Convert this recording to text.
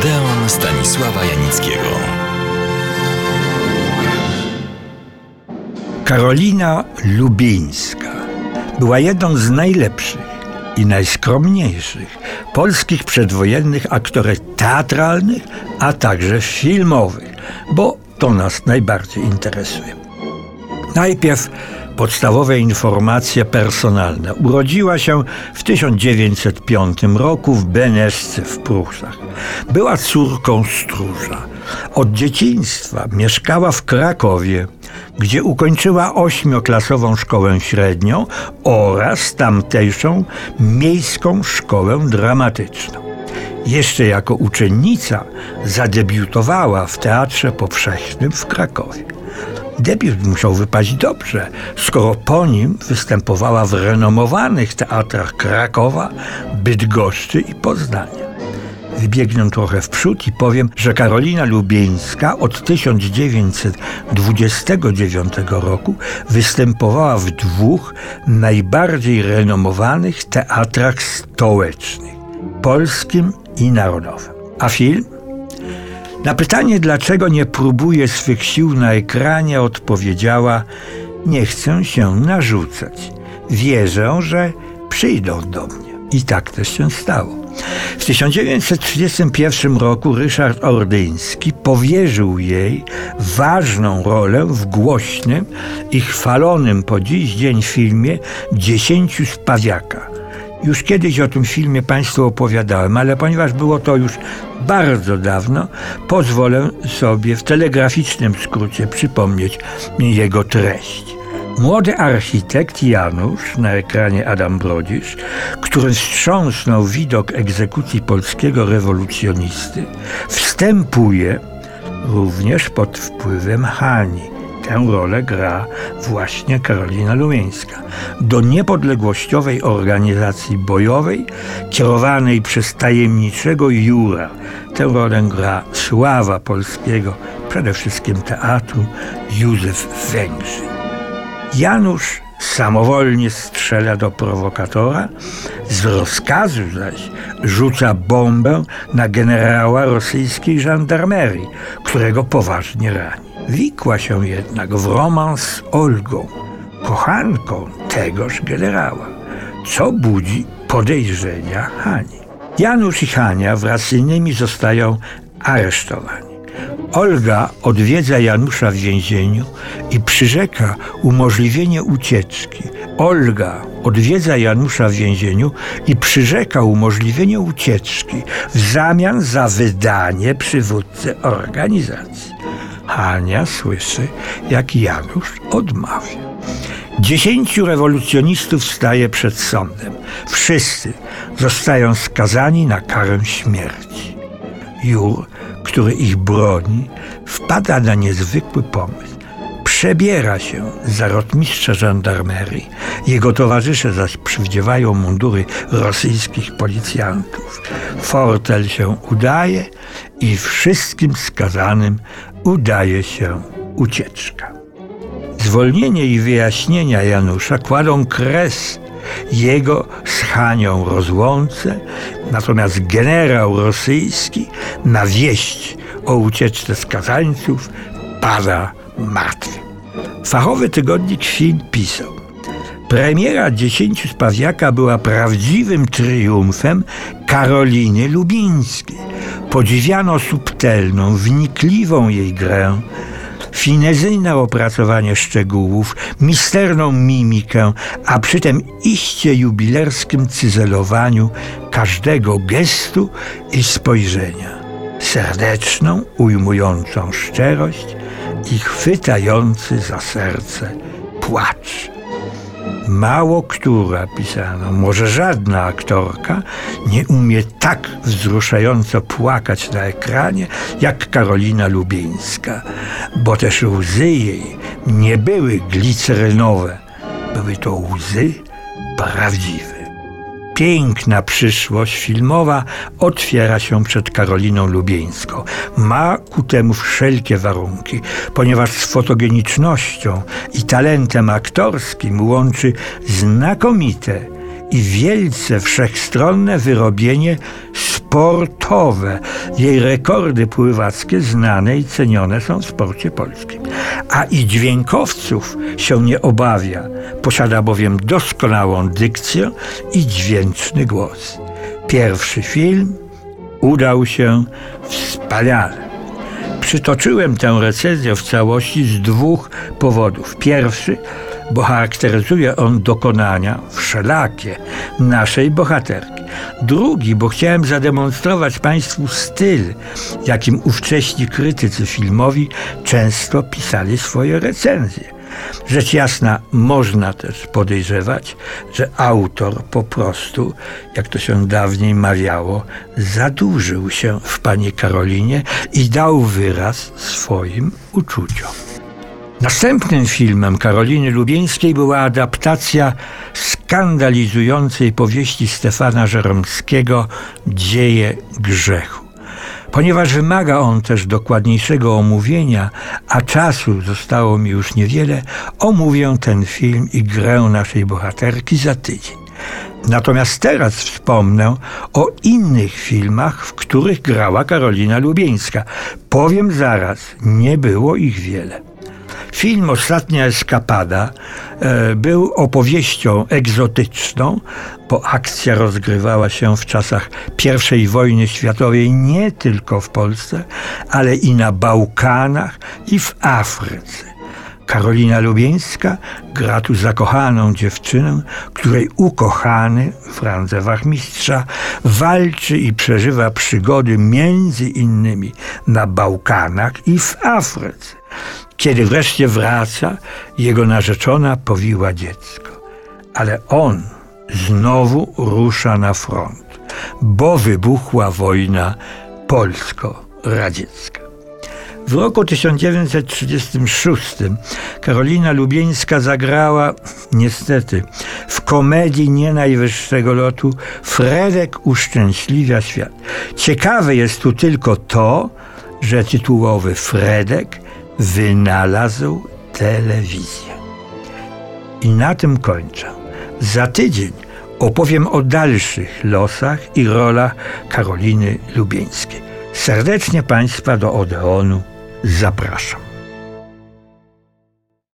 Odeon Stanisława Janickiego. Karolina Lubińska była jedną z najlepszych i najskromniejszych polskich przedwojennych aktorek teatralnych, a także filmowych, bo to nas najbardziej interesuje. Najpierw podstawowe informacje personalne. Urodziła się w 1905 roku w Beneszce w Pruszach. Była córką stróża. Od dzieciństwa mieszkała w Krakowie, gdzie ukończyła 8-klasową szkołę średnią oraz tamtejszą miejską szkołę dramatyczną. Jeszcze jako uczennica zadebiutowała w Teatrze Powszechnym w Krakowie. Debiut musiał wypaść dobrze, skoro po nim występowała w renomowanych teatrach Krakowa, Bydgoszczy i Poznania. Wybiegnę trochę w przód i powiem, że Karolina Lubińska od 1929 roku występowała w 2 najbardziej renomowanych teatrach stołecznych, polskim i narodowym. A film? Na pytanie, dlaczego nie próbuje swych sił na ekranie, odpowiedziała: nie chcę się narzucać. Wierzę, że przyjdą do mnie. I tak też się stało. W 1931 roku Ryszard Ordyński powierzył jej ważną rolę w głośnym i chwalonym po dziś dzień filmie 10 z Pawiaka. Już kiedyś o tym filmie Państwu opowiadałem, ale ponieważ było to już bardzo dawno, pozwolę sobie w telegraficznym skrócie przypomnieć jego treść. Młody architekt Janusz, na ekranie Adam Brodzisz, który wstrząsnął widok egzekucji polskiego rewolucjonisty, wstępuje również pod wpływem Hani. Tę rolę gra właśnie Karolina Lubińska. Do niepodległościowej organizacji bojowej kierowanej przez tajemniczego Jura. Tę rolę gra sława polskiego, przede wszystkim teatru, Józef Węgrzyn. Janusz samowolnie strzela do prowokatora, z rozkazu zaś rzuca bombę na generała rosyjskiej żandarmerii, którego poważnie rani. Wikła się jednak w romans z Olgą, kochanką tegoż generała, co budzi podejrzenia Hani. Janusz i Hania wraz z innymi zostają aresztowani. Olga odwiedza Janusza w więzieniu i przyrzeka umożliwienie ucieczki. W zamian za wydanie przywódcy organizacji. Hania słyszy, jak Janusz odmawia. 10 rewolucjonistów staje przed sądem. Wszyscy zostają skazani na karę śmierci. Jur, który ich broni, wpada na niezwykły pomysł. Przebiera się za rotmistrza żandarmerii, jego towarzysze zaś przywdziewają mundury rosyjskich policjantów. Fortel się udaje i wszystkim skazanym udaje się ucieczka. Zwolnienie i wyjaśnienia Janusza kładą kres jego z Hanią rozłące, natomiast generał rosyjski na wieść o ucieczce skazańców pada martwy. Fachowy tygodnik Film pisał: premiera 10 z Pawiaka była prawdziwym triumfem Karoliny Lubińskiej. Podziwiano subtelną, wnikliwą jej grę, finezyjne opracowanie szczegółów, misterną mimikę, a przy tym iście jubilerskim cyzelowaniu każdego gestu i spojrzenia, serdeczną, ujmującą szczerość i chwytający za serce płacz. Mało która, pisano, może żadna aktorka nie umie tak wzruszająco płakać na ekranie jak Karolina Lubińska, bo też łzy jej nie były glicerynowe, były to łzy prawdziwe. Piękna przyszłość filmowa otwiera się przed Karoliną Lubińską. Ma ku temu wszelkie warunki, ponieważ z fotogenicznością i talentem aktorskim łączy znakomite i wielce wszechstronne wyrobienie sportowe. Jej rekordy pływackie znane i cenione są w sporcie polskim. A i dźwiękowców się nie obawia. Posiada bowiem doskonałą dykcję i dźwięczny głos. Pierwszy film udał się wspaniale. Przytoczyłem tę recenzję w całości z dwóch powodów. Pierwszy, bo charakteryzuje on dokonania wszelakie naszej bohaterki. Drugi, bo chciałem zademonstrować Państwu styl, jakim ówcześni krytycy filmowi często pisali swoje recenzje. Rzecz jasna, można też podejrzewać, że autor po prostu, jak to się dawniej mawiało, zadłużył się w pani Karolinie i dał wyraz swoim uczuciom. Następnym filmem Karoliny Lubieńskiej była adaptacja skandalizującej powieści Stefana Żeromskiego Dzieje grzechu. Ponieważ wymaga on też dokładniejszego omówienia, a czasu zostało mi już niewiele, omówię ten film i grę naszej bohaterki za tydzień. Natomiast teraz wspomnę o innych filmach, w których grała Karolina Lubieńska. Powiem zaraz, nie było ich wiele. Film Ostatnia eskapada był opowieścią egzotyczną, bo akcja rozgrywała się w czasach I wojny światowej nie tylko w Polsce, ale i na Bałkanach i w Afryce. Karolina Lubieńska gra tu zakochaną dziewczynę, której ukochany w randze wachmistrza walczy i przeżywa przygody między innymi na Bałkanach i w Afryce. Kiedy wreszcie wraca, jego narzeczona powiła dziecko. Ale on znowu rusza na front, bo wybuchła wojna polsko-radziecka. W roku 1936 Karolina Lubieńska zagrała, niestety, w komedii nie najwyższego lotu Fredek uszczęśliwia świat. Ciekawe jest tu tylko to, że tytułowy Fredek wynalazł telewizję. I na tym kończę. Za tydzień opowiem o dalszych losach i rolach Karoliny Lubieńskiej. Serdecznie Państwa do Odeonu zapraszam.